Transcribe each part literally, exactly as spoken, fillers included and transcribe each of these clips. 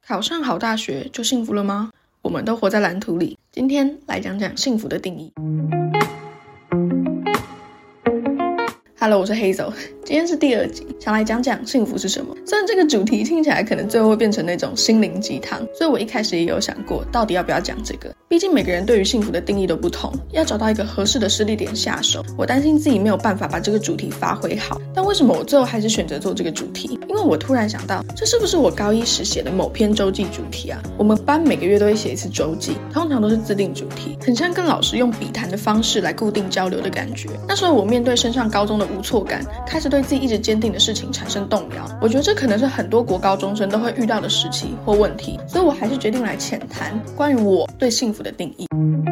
考上好大学就幸福了吗？我们都活在蓝图里。今天来讲讲幸福的定义。Hello， 我是 Hazel， 今天是第二集，想来讲讲幸福是什么。虽然这个主题听起来可能最后会变成那种心灵鸡汤，所以我一开始也有想过，到底要不要讲这个。毕竟每个人对于幸福的定义都不同，要找到一个合适的施力点下手。我担心自己没有办法把这个主题发挥好，但为什么我最后还是选择做这个主题？因为我突然想到，这是不是我高一时写的某篇周记主题啊？我们班每个月都会写一次周记，通常都是自定主题，很像跟老师用笔谈的方式来固定交流的感觉。那时候我面对升上高中的无措感，开始对自己一直坚定的事情产生动摇。我觉得这可能是很多国高中生都会遇到的时期或问题，所以我还是决定来浅谈关于我对幸福的定义。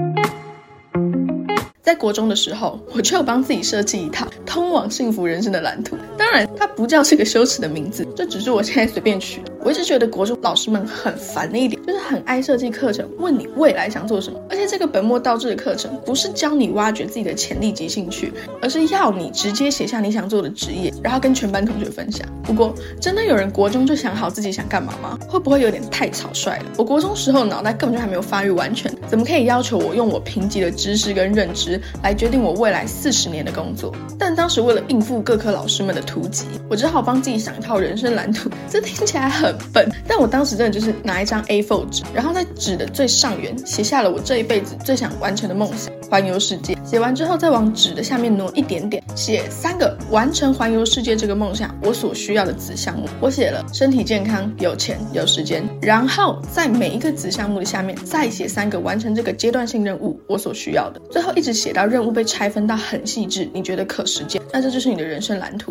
在国中的时候，我就有帮自己设计一套通往幸福人生的蓝图。当然它不叫这个羞耻的名字，这只是我现在随便取的。我一直觉得国中老师们很烦的一点，就是很爱设计课程，问你未来想做什么。而且这个本末倒置的课程，不是教你挖掘自己的潜力及兴趣，而是要你直接写下你想做的职业，然后跟全班同学分享。不过真的有人国中就想好自己想干嘛吗？会不会有点太草率了？我国中时候脑袋根本就还没有发育完全，怎么可以要求我用我贫瘠的知识跟认知来决定我未来四十年的工作？但当时为了应付各科老师们的突击，我只好帮自己想一套人生蓝图。这听起来很笨，但我当时真的就是拿一张 A 四 纸，然后在纸的最上缘写下了我这一辈子最想完成的梦想——环游世界。写完之后再往纸的下面挪一点点，写三个完成环游世界这个梦想我所需要的子项目。我写了身体健康、有钱、有时间，然后在每一个子项目的下面再写三个完成这个阶段性任务我所需要的，最后一直写到任务被拆分到很细致，你觉得可实践，那这就是你的人生蓝图。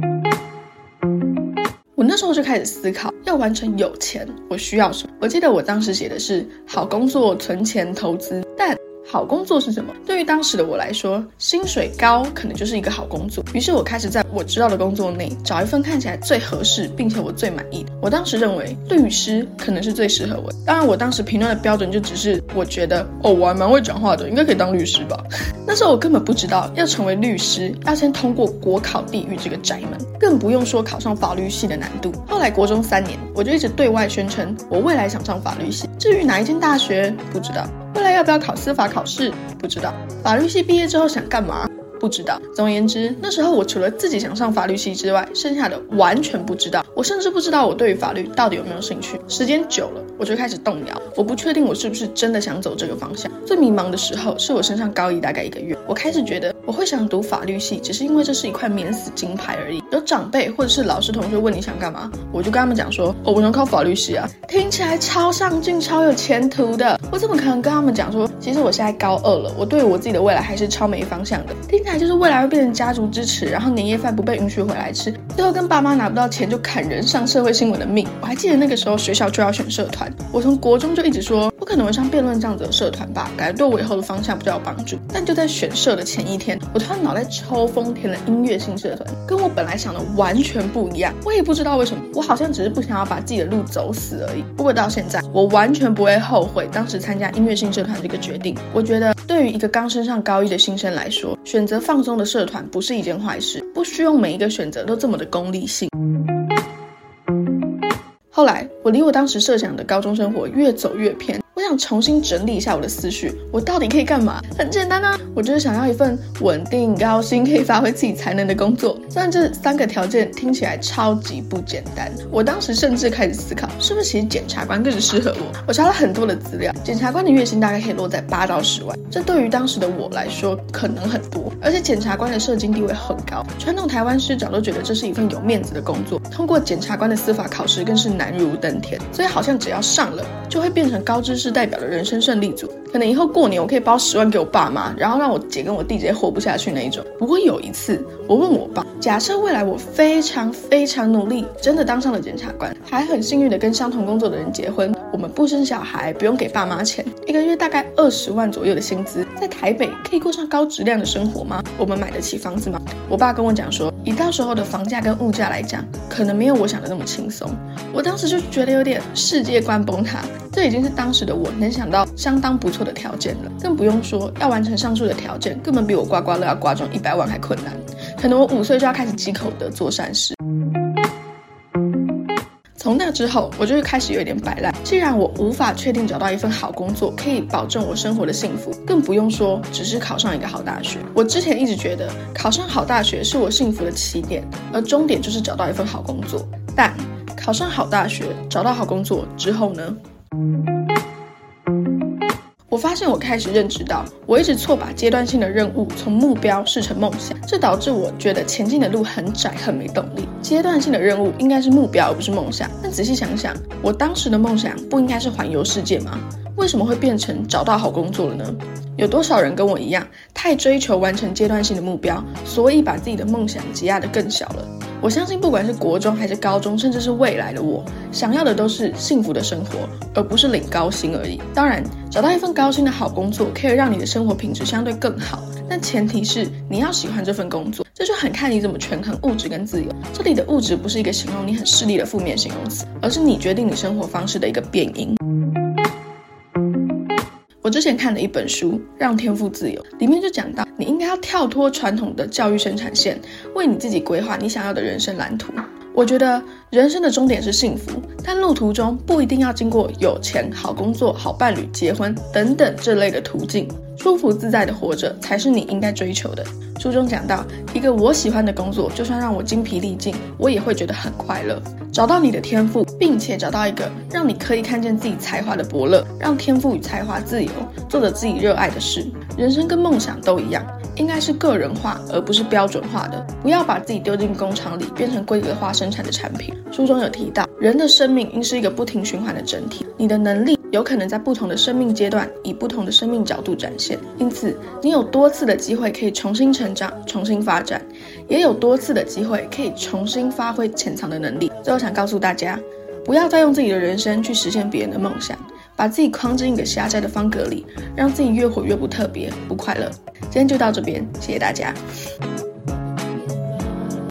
我那时候就开始思考，要完成有钱我需要什么。我记得我当时写的是好工作、存钱、投资，但好工作是什么？对于当时的我来说，薪水高可能就是一个好工作。于是我开始在我知道的工作内找一份看起来最合适并且我最满意的。我当时认为律师可能是最适合我的。当然我当时评论的标准就只是我觉得哦，我还蛮会讲话的，应该可以当律师吧。那时候我根本不知道要成为律师要先通过国考地狱这个窄门，更不用说考上法律系的难度。后来国中三年，我就一直对外宣称我未来想上法律系，至于哪一间大学不知道，未来要不要考司法考试不知道，法律系毕业之后想干嘛不知道。总而言之，那时候我除了自己想上法律系之外，剩下的完全不知道。我甚至不知道我对于法律到底有没有兴趣。时间久了，我就开始动摇，我不确定我是不是真的想走这个方向。最迷茫的时候是我升上高一大概一个月，我开始觉得我会想读法律系，只是因为这是一块免死金牌而已。有长辈或者是老师同学问你想干嘛，我就跟他们讲说哦，我想考法律系啊，听起来超上进超有前途的。我怎么可能跟他们讲说其实我现在高二了，我对于我自己的未来还是超没方向的，听起来就是未来会变成家族之耻，然后年夜饭不被允许回来吃，最后跟爸妈拿不到钱就砍人上社会新闻的命。我还记得那个时候学校就要选社团，我从国中就一直说不可能会上辩论这样子的社团吧，感觉对我以后的方向比较有帮助。但就在选社的前一天，我突然脑袋抽风填了音乐性社团，跟我本来想的完全不一样。我也不知道为什么，我好像只是不想要把自己的路走死而已。不过到现在我完全不会后悔当时参加音乐性社团这个决定。我觉得对于一个刚升上高一的新生来说，选择放松的社团不是一件坏事，不需要每一个选择都这么的功利性。后来我离我当时设想的高中生活越走越偏，我想重新整理一下我的思绪，我到底可以干嘛？很简单啊，我就是想要一份稳定、高薪、可以发挥自己才能的工作。虽然这三个条件听起来超级不简单，我当时甚至开始思考，是不是其实检察官更适合我？我查了很多的资料，检察官的月薪大概可以落在八到十万，这对于当时的我来说可能很多，而且检察官的社经地位很高，传统台湾师长都觉得这是一份有面子的工作，通过检察官的司法考试更是难如登天，所以好像只要上了就会变成高知识代表的人生胜利组，可能以后过年我可以包十万给我爸妈，然后让我姐跟我弟直接活不下去那一种。不过有一次我问我爸，假设未来我非常非常努力，真的当上了检察官，还很幸运的跟相同工作的人结婚，我们不生小孩，不用给爸妈钱，一个月大概二十万左右的薪资，在台北可以过上高质量的生活吗？我们买得起房子吗？我爸跟我讲说，以到时候的房价跟物价来讲，可能没有我想的那么轻松。我当时就觉得有点世界观崩塌，这已经是当时的我能想到相当不错的条件了，更不用说要完成上述的条件，根本比我刮刮乐要刮中一百万还困难。可能我五岁就要开始积口德做善事。 从那之后，我就会开始有一点摆烂。既然我无法确定找到一份好工作可以保证我生活的幸福，更不用说只是考上一个好大学。我之前一直觉得考上好大学是我幸福的起点，而终点就是找到一份好工作。但考上好大学，找到好工作之后呢？我发现我开始认知到，我一直错把阶段性的任务从目标视成梦想，这导致我觉得前进的路很窄，很没动力。阶段性的任务应该是目标，而不是梦想。但仔细想想，我当时的梦想不应该是环游世界吗？为什么会变成找到好工作了呢？有多少人跟我一样，太追求完成阶段性的目标，所以把自己的梦想挤压得更小了？我相信不管是国中还是高中，甚至是未来的我，想要的都是幸福的生活，而不是领高薪而已。当然，找到一份高薪的好工作可以让你的生活品质相对更好，但前提是你要喜欢这份工作，这就很看你怎么权衡物质跟自由。这里的物质不是一个形容你很势利的负面形容词，而是你决定你生活方式的一个变因。我之前看了一本书《让天赋自由》，里面就讲到你应该要跳脱传统的教育生产线，为你自己规划你想要的人生蓝图。我觉得人生的终点是幸福，但路途中不一定要经过有钱、好工作、好伴侣、结婚等等这类的途径，舒服自在的活着才是你应该追求的。书中讲到，一个我喜欢的工作，就算让我精疲力尽，我也会觉得很快乐。找到你的天赋，并且找到一个让你可以看见自己才华的伯乐，让天赋与才华自由，做着自己热爱的事。人生跟梦想都一样，应该是个人化而不是标准化的，不要把自己丢进工厂里变成规格化生产的产品。书中有提到，人的生命应是一个不停循环的整体，你的能力有可能在不同的生命阶段以不同的生命角度展现，因此你有多次的机会可以重新成长、重新发展，也有多次的机会可以重新发挥潜藏的能力。最后想告诉大家，不要再用自己的人生去实现别人的梦想，把自己框进一个狭窄的方格里，让自己越活越不特别、不快乐。今天就到这边，谢谢大家。